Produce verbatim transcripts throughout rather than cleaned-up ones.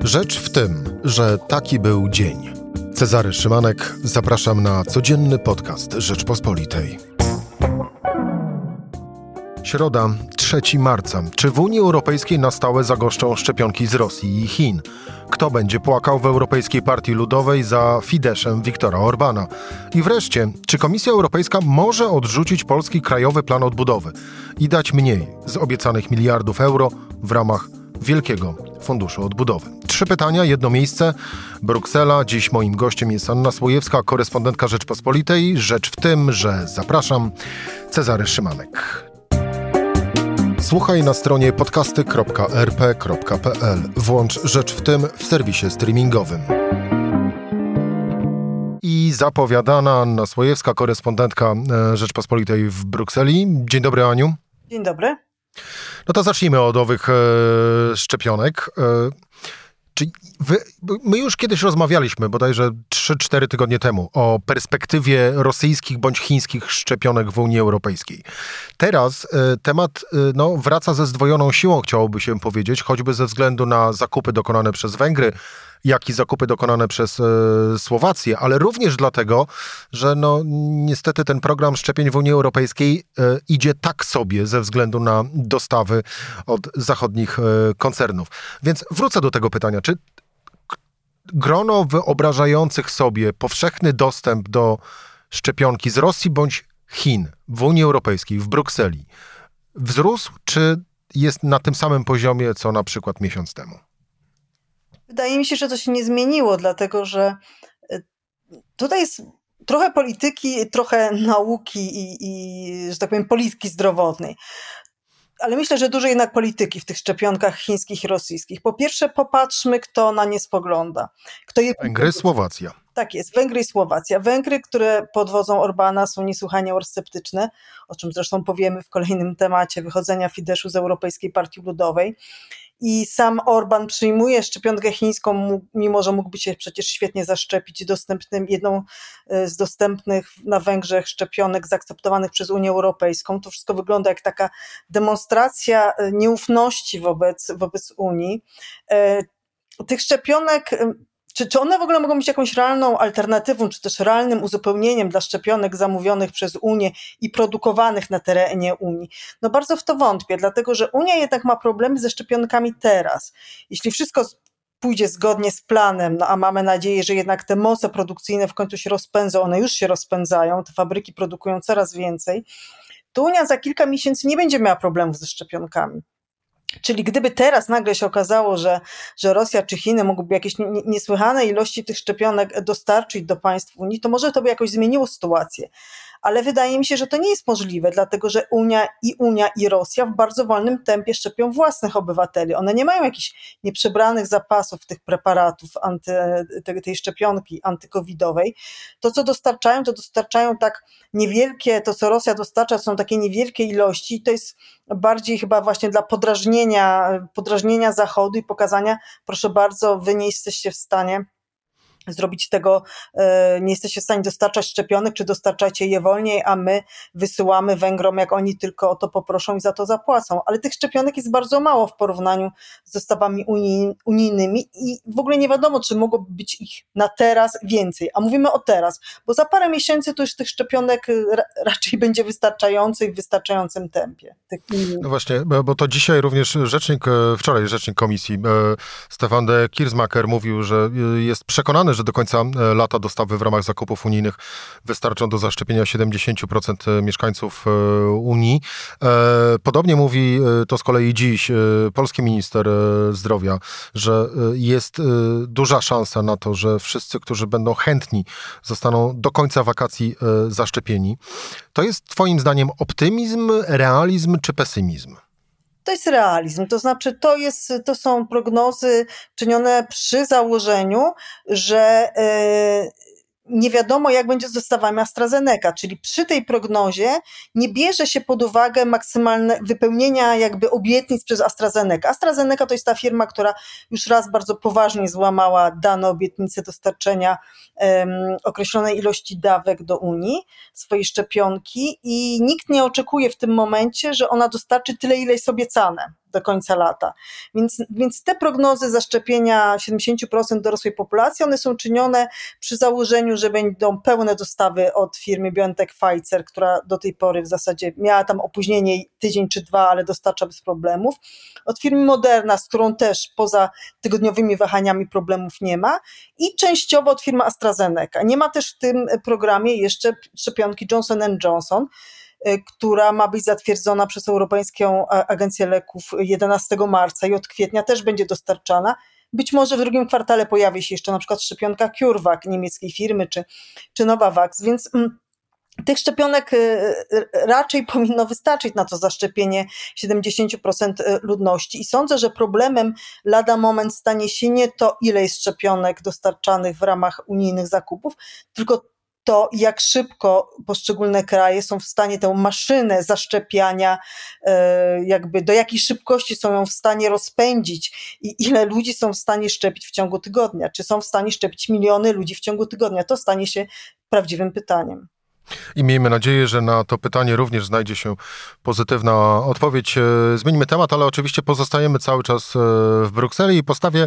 Rzecz w tym, że taki był dzień. Cezary Szymanek, zapraszam na codzienny podcast Rzeczpospolitej. Środa, trzeciego marca. Czy w Unii Europejskiej na stałe zagoszczą szczepionki z Rosji i Chin? Kto będzie płakał w Europejskiej Partii Ludowej za Fideszem Viktora Orbana? I wreszcie, czy Komisja Europejska może odrzucić polski Krajowy Plan Odbudowy i dać mniej z obiecanych miliardów euro w ramach Wielkiego Funduszu Odbudowy? Trzy pytania, jedno miejsce. Bruksela. Dziś moim gościem jest Anna Słojewska, korespondentka Rzeczpospolitej. Rzecz w tym, że zapraszam, Cezary Szymanek. Słuchaj na stronie podcasty kropka er pe kropka pe el. Włącz Rzecz w tym w serwisie streamingowym. I zapowiadana Anna Słojewska, korespondentka Rzeczpospolitej w Brukseli. Dzień dobry, Aniu. Dzień dobry. No to zacznijmy od owych e, szczepionek. E, czy wy, my już kiedyś rozmawialiśmy, bodajże trzy cztery tygodnie temu, o perspektywie rosyjskich bądź chińskich szczepionek w Unii Europejskiej. Teraz e, temat e, no, wraca ze zdwojoną siłą, chciałoby się powiedzieć, choćby ze względu na zakupy dokonane przez Węgry, jak i zakupy dokonane przez e, Słowację, ale również dlatego, że no niestety ten program szczepień w Unii Europejskiej e, idzie tak sobie ze względu na dostawy od zachodnich e, koncernów. Więc wrócę do tego pytania. Czy grono wyobrażających sobie powszechny dostęp do szczepionki z Rosji bądź Chin w Unii Europejskiej, w Brukseli, wzrósł, czy jest na tym samym poziomie, co na przykład miesiąc temu? Wydaje mi się, że to się nie zmieniło, dlatego że tutaj jest trochę polityki, trochę nauki i, i że tak powiem, polityki zdrowotnej. Ale myślę, że dużo jednak polityki w tych szczepionkach chińskich i rosyjskich. Po pierwsze, popatrzmy, kto na nie spogląda. Kto je... Węgry, Słowacja. Tak jest, Węgry i Słowacja. Węgry, które pod wodzą Orbana są niesłychanie eurosceptyczne, o czym zresztą powiemy w kolejnym temacie wychodzenia Fideszu z Europejskiej Partii Ludowej. I sam Orban przyjmuje szczepionkę chińską, mimo że mógłby się przecież świetnie zaszczepić dostępnym, jedną z dostępnych na Węgrzech szczepionek zaakceptowanych przez Unię Europejską. To wszystko wygląda jak taka demonstracja nieufności wobec, wobec Unii. Tych szczepionek, czy, czy one w ogóle mogą być jakąś realną alternatywą, czy też realnym uzupełnieniem dla szczepionek zamówionych przez Unię i produkowanych na terenie Unii? No bardzo w to wątpię, dlatego że Unia jednak ma problemy ze szczepionkami teraz. Jeśli wszystko pójdzie zgodnie z planem, no a mamy nadzieję, że jednak te moce produkcyjne w końcu się rozpędzą, one już się rozpędzają, te fabryki produkują coraz więcej, to Unia za kilka miesięcy nie będzie miała problemów ze szczepionkami. Czyli gdyby teraz nagle się okazało, że, że Rosja czy Chiny mogłyby jakieś niesłychane ilości tych szczepionek dostarczyć do państw Unii, to może to by jakoś zmieniło sytuację. Ale wydaje mi się, że to nie jest możliwe, dlatego że Unia i Unia i Rosja w bardzo wolnym tempie szczepią własnych obywateli. One nie mają jakichś nieprzebranych zapasów tych preparatów, anty, tej, tej szczepionki antykowidowej. To, co dostarczają, to dostarczają tak niewielkie, to co Rosja dostarcza, są takie niewielkie ilości i to jest bardziej chyba właśnie dla podrażnienia, podrażnienia Zachodu i pokazania, proszę bardzo, wy nie jesteście w stanie zrobić tego, nie jesteście w stanie dostarczać szczepionek, czy dostarczacie je wolniej, a my wysyłamy Węgrom, jak oni tylko o to poproszą i za to zapłacą. Ale tych szczepionek jest bardzo mało w porównaniu z dostawami unij, unijnymi i w ogóle nie wiadomo, czy mogłoby być ich na teraz więcej. A mówimy o teraz, bo za parę miesięcy to już tych szczepionek raczej będzie wystarczająco i w wystarczającym tempie. No właśnie, bo to dzisiaj również rzecznik, wczoraj rzecznik komisji Stefan de Kiersmaker mówił, że jest przekonany, że do końca lata dostawy w ramach zakupów unijnych wystarczą do zaszczepienia siedemdziesiąt procent mieszkańców Unii. Podobnie mówi to z kolei dziś polski minister zdrowia, że jest duża szansa na to, że wszyscy, którzy będą chętni, zostaną do końca wakacji zaszczepieni. To jest twoim zdaniem optymizm, realizm czy pesymizm? To jest realizm, to znaczy to, jest, to są prognozy czynione przy założeniu, że yy, nie wiadomo, jak będzie z dostawami AstraZeneca, czyli przy tej prognozie nie bierze się pod uwagę maksymalne wypełnienia jakby obietnic przez AstraZeneca. AstraZeneca to jest ta firma, która już raz bardzo poważnie złamała dane obietnice dostarczenia um, określonej ilości dawek do Unii, swojej szczepionki i nikt nie oczekuje w tym momencie, że ona dostarczy tyle, ile jest obiecane. do końca lata. Więc, więc te prognozy zaszczepienia siedemdziesiąt procent dorosłej populacji, one są czynione przy założeniu, że będą pełne dostawy od firmy BioNTech Pfizer, która do tej pory w zasadzie miała tam opóźnienie tydzień czy dwa, ale dostarcza bez problemów. Od firmy Moderna, z którą też poza tygodniowymi wahaniami problemów nie ma, i częściowo od firmy AstraZeneca. Nie ma też w tym programie jeszcze szczepionki Johnson and Johnson, która ma być zatwierdzona przez Europejską Agencję Leków jedenastego marca i od kwietnia też będzie dostarczana. Być może w drugim kwartale pojawi się jeszcze na przykład szczepionka CureVac niemieckiej firmy, czy, czy Novavax, więc mm, tych szczepionek raczej powinno wystarczyć na to zaszczepienie siedemdziesiąt procent ludności i sądzę, że problemem lada moment stanie się nie to, ile jest szczepionek dostarczanych w ramach unijnych zakupów, tylko to, jak szybko poszczególne kraje są w stanie tę maszynę zaszczepiania, jakby do jakiej szybkości są ją w stanie rozpędzić i ile ludzi są w stanie szczepić w ciągu tygodnia. Czy są w stanie szczepić miliony ludzi w ciągu tygodnia? To stanie się prawdziwym pytaniem. I miejmy nadzieję, że na to pytanie również znajdzie się pozytywna odpowiedź. Zmieńmy temat, ale oczywiście pozostajemy cały czas w Brukseli i postawię,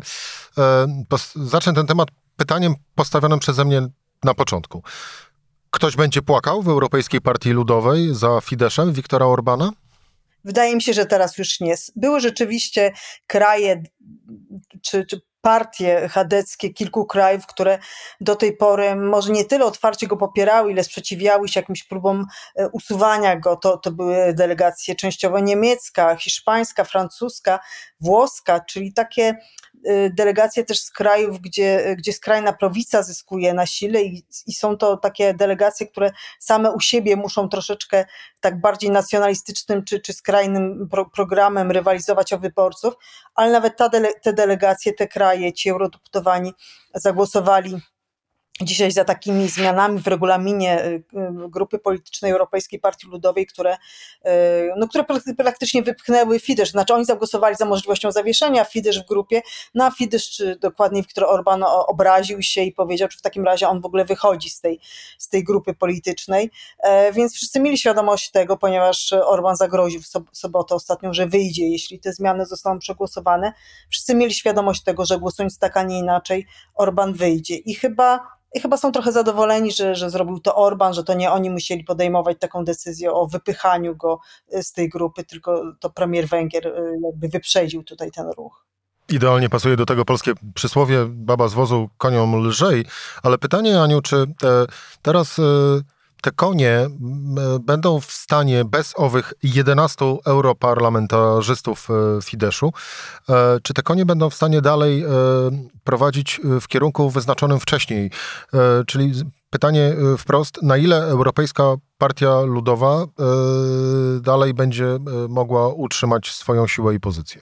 zacznę ten temat pytaniem postawionym przeze mnie na początku. Ktoś będzie płakał w Europejskiej Partii Ludowej za Fideszem Viktora Orbana? Wydaje mi się, że teraz już nie. Były rzeczywiście kraje czy, czy partie chadeckie kilku krajów, które do tej pory może nie tyle otwarcie go popierały, ile sprzeciwiały się jakimś próbom usuwania go. To, to były delegacje częściowo niemiecka, hiszpańska, francuska, włoska, czyli takie delegacje też z krajów, gdzie, gdzie skrajna prawica zyskuje na sile i, i są to takie delegacje, które same u siebie muszą troszeczkę tak bardziej nacjonalistycznym czy, czy skrajnym pro, programem rywalizować o wyborców, ale nawet ta dele, te delegacje, te kraje, ci eurodeputowani zagłosowali dzisiaj za takimi zmianami w regulaminie grupy politycznej Europejskiej Partii Ludowej, które, no, które praktycznie wypchnęły Fidesz. Znaczy oni zagłosowali za możliwością zawieszenia Fidesz w grupie, no a Fidesz, czy dokładniej Viktor Orbán obraził się i powiedział, że w takim razie on w ogóle wychodzi z tej, z tej grupy politycznej. Więc wszyscy mieli świadomość tego, ponieważ Orbán zagroził w sobotę ostatnią, że wyjdzie, jeśli te zmiany zostaną przegłosowane. Wszyscy mieli świadomość tego, że głosując tak, a nie inaczej, Orbán wyjdzie. I chyba I chyba są trochę zadowoleni, że, że zrobił to Orbán, że to nie oni musieli podejmować taką decyzję o wypychaniu go z tej grupy, tylko to premier Węgier jakby wyprzedził tutaj ten ruch. Idealnie pasuje do tego polskie przysłowie: baba z wozu koniom lżej. Ale pytanie, Aniu, czy te, teraz te konie będą w stanie bez owych jedenastu europarlamentarzystów Fideszu, czy te konie będą w stanie dalej prowadzić w kierunku wyznaczonym wcześniej? Czyli pytanie wprost, na ile Europejska Partia Ludowa dalej będzie mogła utrzymać swoją siłę i pozycję?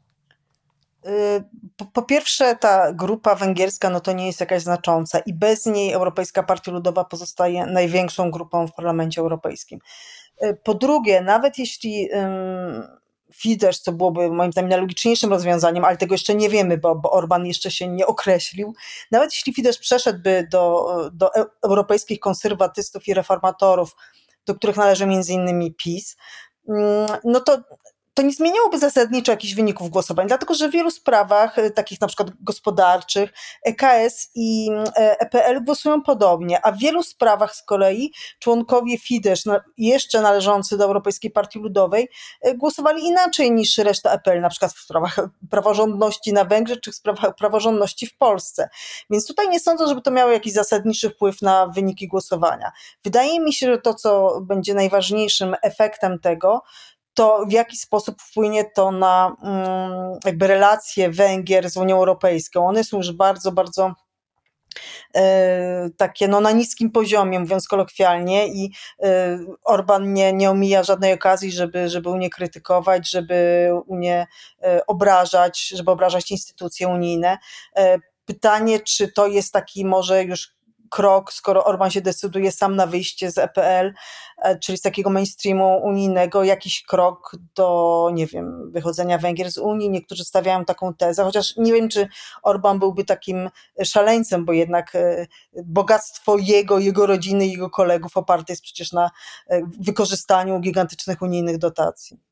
Po, po pierwsze, ta grupa węgierska no to nie jest jakaś znacząca i bez niej Europejska Partia Ludowa pozostaje największą grupą w Parlamencie Europejskim. Po drugie, nawet jeśli um, Fidesz, co byłoby moim zdaniem najlogiczniejszym rozwiązaniem, ale tego jeszcze nie wiemy, bo, bo Orbán jeszcze się nie określił, nawet jeśli Fidesz przeszedłby do, do europejskich konserwatystów i reformatorów, do których należy między innymi PiS, no to to nie zmieniałoby zasadniczo jakichś wyników głosowań, dlatego że w wielu sprawach, takich na przykład gospodarczych, E K S i E P L głosują podobnie, a w wielu sprawach z kolei członkowie Fidesz, jeszcze należący do Europejskiej Partii Ludowej, głosowali inaczej niż reszta E P L, na przykład w sprawach praworządności na Węgrzech, czy w sprawach praworządności w Polsce. Więc tutaj nie sądzę, żeby to miało jakiś zasadniczy wpływ na wyniki głosowania. Wydaje mi się, że to, co będzie najważniejszym efektem tego, to w jaki sposób wpłynie to na jakby relacje Węgier z Unią Europejską. One są już bardzo, bardzo e, takie no, na niskim poziomie, mówiąc kolokwialnie, i e, Orbán nie, nie omija żadnej okazji, żeby, żeby Unię krytykować, żeby Unię e, obrażać, żeby obrażać instytucje unijne. E, pytanie, czy to jest taki może już krok, skoro Orbán się decyduje sam na wyjście z E P L, czyli z takiego mainstreamu unijnego, jakiś krok do, nie wiem, wychodzenia Węgier z Unii. Niektórzy stawiają taką tezę, chociaż nie wiem, czy Orbán byłby takim szaleńcem, bo jednak bogactwo jego, jego rodziny, jego kolegów oparte jest przecież na wykorzystaniu gigantycznych unijnych dotacji.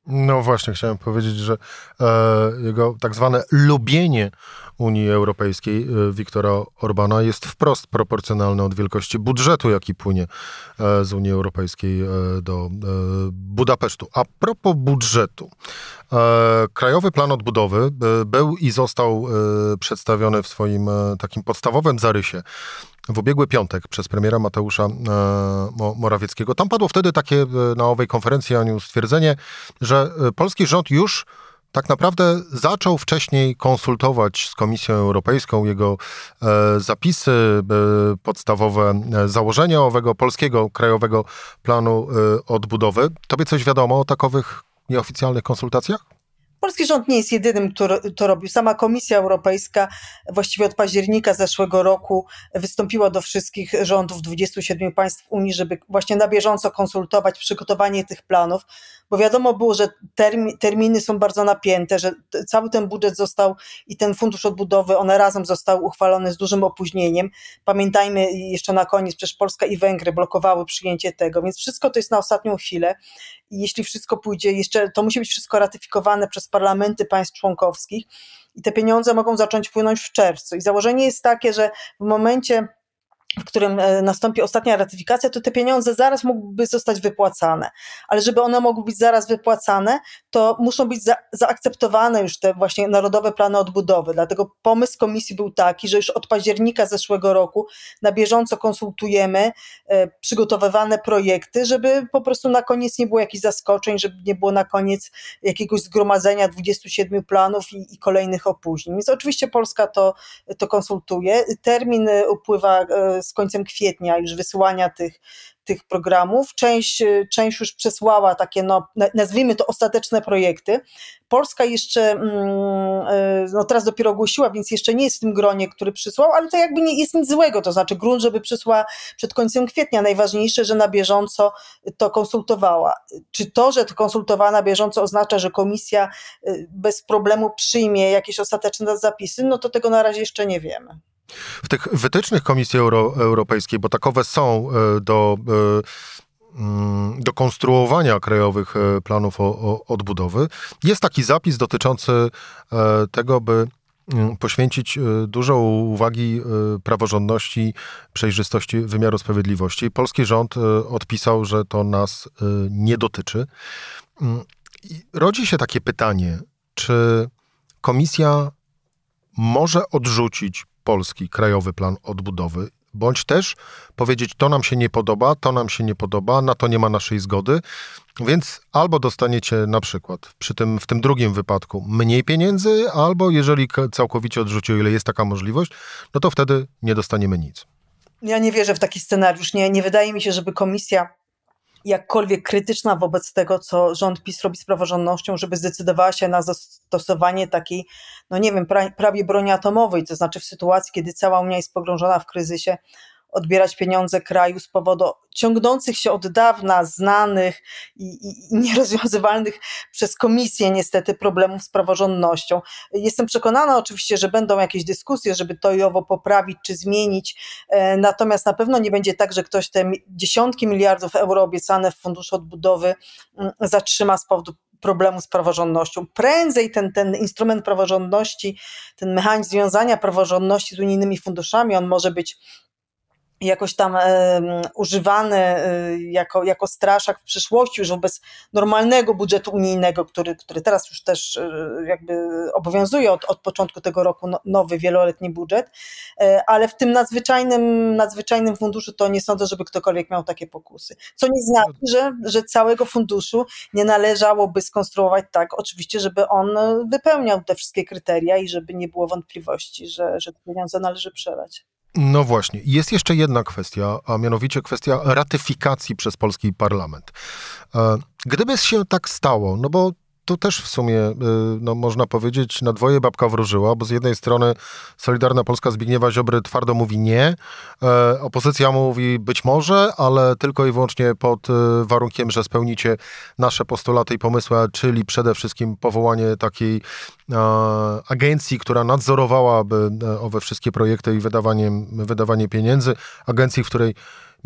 No właśnie, chciałem powiedzieć, że e, jego tak zwane lubienie Unii Europejskiej e, Viktora Orbana jest wprost proporcjonalne od wielkości budżetu, jaki płynie e, z Unii Europejskiej e, do e, Budapesztu. A propos budżetu. E, Krajowy Plan Odbudowy e, był i został e, przedstawiony w swoim e, takim podstawowym zarysie w ubiegły piątek przez premiera Mateusza e, Morawieckiego. Tam padło wtedy takie e, na owej konferencji, Aniu, stwierdzenie, że e, polski rząd już tak naprawdę zaczął wcześniej konsultować z Komisją Europejską jego e, zapisy, e, podstawowe e, założenia owego polskiego Krajowego Planu e, Odbudowy. Tobie coś wiadomo o takowych nieoficjalnych konsultacjach? Polski rząd nie jest jedynym, który to robił. Sama Komisja Europejska właściwie od października zeszłego roku wystąpiła do wszystkich rządów dwudziestu siedmiu państw Unii, żeby właśnie na bieżąco konsultować przygotowanie tych planów, bo wiadomo było, że termi, terminy są bardzo napięte, że cały ten budżet został i ten fundusz odbudowy, one razem zostały uchwalone z dużym opóźnieniem. Pamiętajmy jeszcze na koniec, przecież Polska i Węgry blokowały przyjęcie tego, więc wszystko to jest na ostatnią chwilę. I jeśli wszystko pójdzie, jeszcze to musi być wszystko ratyfikowane przez parlamenty państw członkowskich i te pieniądze mogą zacząć płynąć w czerwcu. I założenie jest takie, że w momencie, w którym nastąpi ostatnia ratyfikacja, to te pieniądze zaraz mogłyby zostać wypłacane. Ale żeby one mogły być zaraz wypłacane, to muszą być za, zaakceptowane już te właśnie narodowe plany odbudowy. Dlatego pomysł komisji był taki, że już od października zeszłego roku na bieżąco konsultujemy e, przygotowywane projekty, żeby po prostu na koniec nie było jakichś zaskoczeń, żeby nie było na koniec jakiegoś zgromadzenia dwudziestu siedmiu planów i, i kolejnych opóźnień. Więc oczywiście Polska to, to konsultuje. Termin upływa e, z końcem kwietnia już wysyłania tych, tych programów. Część, część już przesłała takie, no, nazwijmy to ostateczne projekty. Polska jeszcze, no teraz dopiero ogłosiła, więc jeszcze nie jest w tym gronie, który przysłał, ale to jakby nie jest nic złego, to znaczy grunt, żeby przysłała przed końcem kwietnia. Najważniejsze, że na bieżąco to konsultowała. Czy to, że to konsultowała na bieżąco oznacza, że komisja bez problemu przyjmie jakieś ostateczne zapisy? No to tego na razie jeszcze nie wiemy. W tych wytycznych Komisji Euro- Europejskiej, bo takowe są do, do konstruowania krajowych planów o, o odbudowy, jest taki zapis dotyczący tego, by poświęcić dużo uwagi praworządności, przejrzystości wymiaru sprawiedliwości. Polski rząd odpisał, że to nas nie dotyczy. I rodzi się takie pytanie, czy komisja może odrzucić polski Krajowy Plan Odbudowy, bądź też powiedzieć, to nam się nie podoba, to nam się nie podoba, na to nie ma naszej zgody, więc albo dostaniecie na przykład przy tym, w tym drugim wypadku mniej pieniędzy, albo jeżeli całkowicie odrzuci, o ile jest taka możliwość, no to wtedy nie dostaniemy nic. Ja nie wierzę w taki scenariusz. Nie, nie wydaje mi się, żeby komisja jakkolwiek krytyczna wobec tego, co rząd PiS robi z praworządnością, żeby zdecydowała się na zastosowanie takiej, no nie wiem, pra, prawie broni atomowej, to znaczy w sytuacji, kiedy cała Unia jest pogrążona w kryzysie, odbierać pieniądze kraju z powodu ciągnących się od dawna znanych i, i, i nierozwiązywalnych przez komisję niestety problemów z praworządnością. Jestem przekonana oczywiście, że będą jakieś dyskusje, żeby to i owo poprawić czy zmienić, e, natomiast na pewno nie będzie tak, że ktoś te dziesiątki miliardów euro obiecane w Funduszu Odbudowy m, zatrzyma z powodu problemu z praworządnością. Prędzej ten, ten instrument praworządności, ten mechanizm związania praworządności z unijnymi funduszami, on może być jakoś tam e, używany e, jako, jako straszak w przyszłości już wobec normalnego budżetu unijnego, który, który teraz już też e, jakby obowiązuje od, od początku tego roku no, nowy wieloletni budżet, e, ale w tym nadzwyczajnym, nadzwyczajnym funduszu to nie sądzę, żeby ktokolwiek miał takie pokusy. Co nie znaczy, że, że całego funduszu nie należałoby skonstruować tak, oczywiście, żeby on wypełniał te wszystkie kryteria i żeby nie było wątpliwości, że, że te pieniądze należy przelać. No właśnie. Jest jeszcze jedna kwestia, a mianowicie kwestia ratyfikacji przez polski parlament. Gdyby się tak stało, no bo tu też w sumie, no można powiedzieć, na dwoje babka wróżyła, bo z jednej strony Solidarna Polska Zbigniewa Ziobry twardo mówi nie, e, opozycja mówi być może, ale tylko i wyłącznie pod warunkiem, że spełnicie nasze postulaty i pomysły, czyli przede wszystkim powołanie takiej e, agencji, która nadzorowałaby owe wszystkie projekty i wydawanie, wydawanie pieniędzy, agencji, w której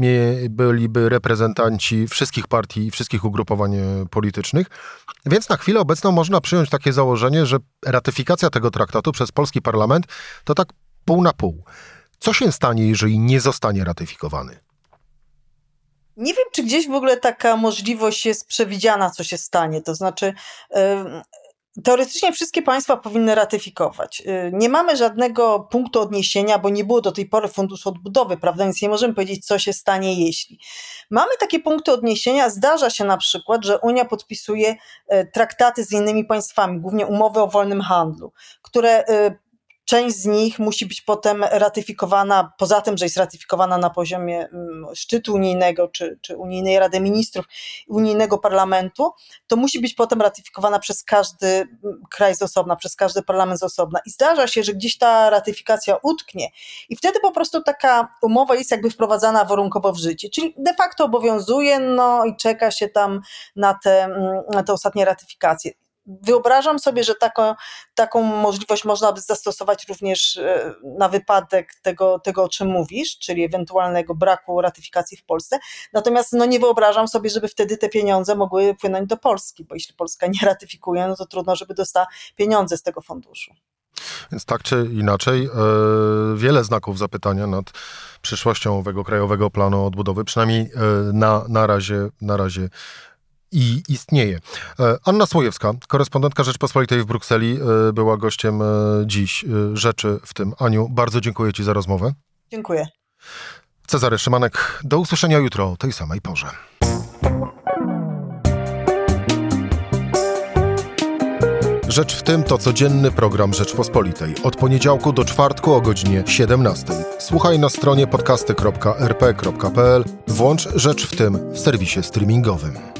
byliby reprezentanci wszystkich partii i wszystkich ugrupowań politycznych. Więc na chwilę obecną można przyjąć takie założenie, że ratyfikacja tego traktatu przez polski parlament to tak pół na pół. Co się stanie, jeżeli nie zostanie ratyfikowany? Nie wiem, czy gdzieś w ogóle taka możliwość jest przewidziana, co się stanie. To znaczy, yy, teoretycznie wszystkie państwa powinny ratyfikować. Yy, nie mamy żadnego punktu odniesienia, bo nie było do tej pory funduszu odbudowy, prawda? Więc nie możemy powiedzieć, co się stanie, jeśli. Mamy takie punkty odniesienia. Zdarza się na przykład, że Unia podpisuje yy, traktaty z innymi państwami, głównie umowy o wolnym handlu, które yy, część z nich musi być potem ratyfikowana, poza tym, że jest ratyfikowana na poziomie szczytu unijnego, czy, czy Unijnej Rady Ministrów, Unijnego Parlamentu, to musi być potem ratyfikowana przez każdy kraj z osobna, przez każdy parlament z osobna. I zdarza się, że gdzieś ta ratyfikacja utknie i wtedy po prostu taka umowa jest jakby wprowadzana warunkowo w życie, czyli de facto obowiązuje, no i czeka się tam na te, na te ostatnie ratyfikacje. Wyobrażam sobie, że taką, taką możliwość można by zastosować również na wypadek tego, tego, o czym mówisz, czyli ewentualnego braku ratyfikacji w Polsce. Natomiast no, nie wyobrażam sobie, żeby wtedy te pieniądze mogły płynąć do Polski, bo jeśli Polska nie ratyfikuje, no to trudno, żeby dostała pieniądze z tego funduszu. Więc tak czy inaczej, yy, wiele znaków zapytania nad przyszłością owego Krajowego Planu Odbudowy, przynajmniej yy, na, na razie, na razie i istnieje. Anna Słojewska, korespondentka Rzeczpospolitej w Brukseli, była gościem dziś Rzeczy w tym. Aniu, bardzo dziękuję Ci za rozmowę. Dziękuję. Cezary Szymanek, do usłyszenia jutro o tej samej porze. Rzecz w tym to codzienny program Rzeczpospolitej. Od poniedziałku do czwartku o godzinie siedemnastej. Słuchaj na stronie podcasty kropka er pe kropka pe el. Włącz Rzecz w tym w serwisie streamingowym.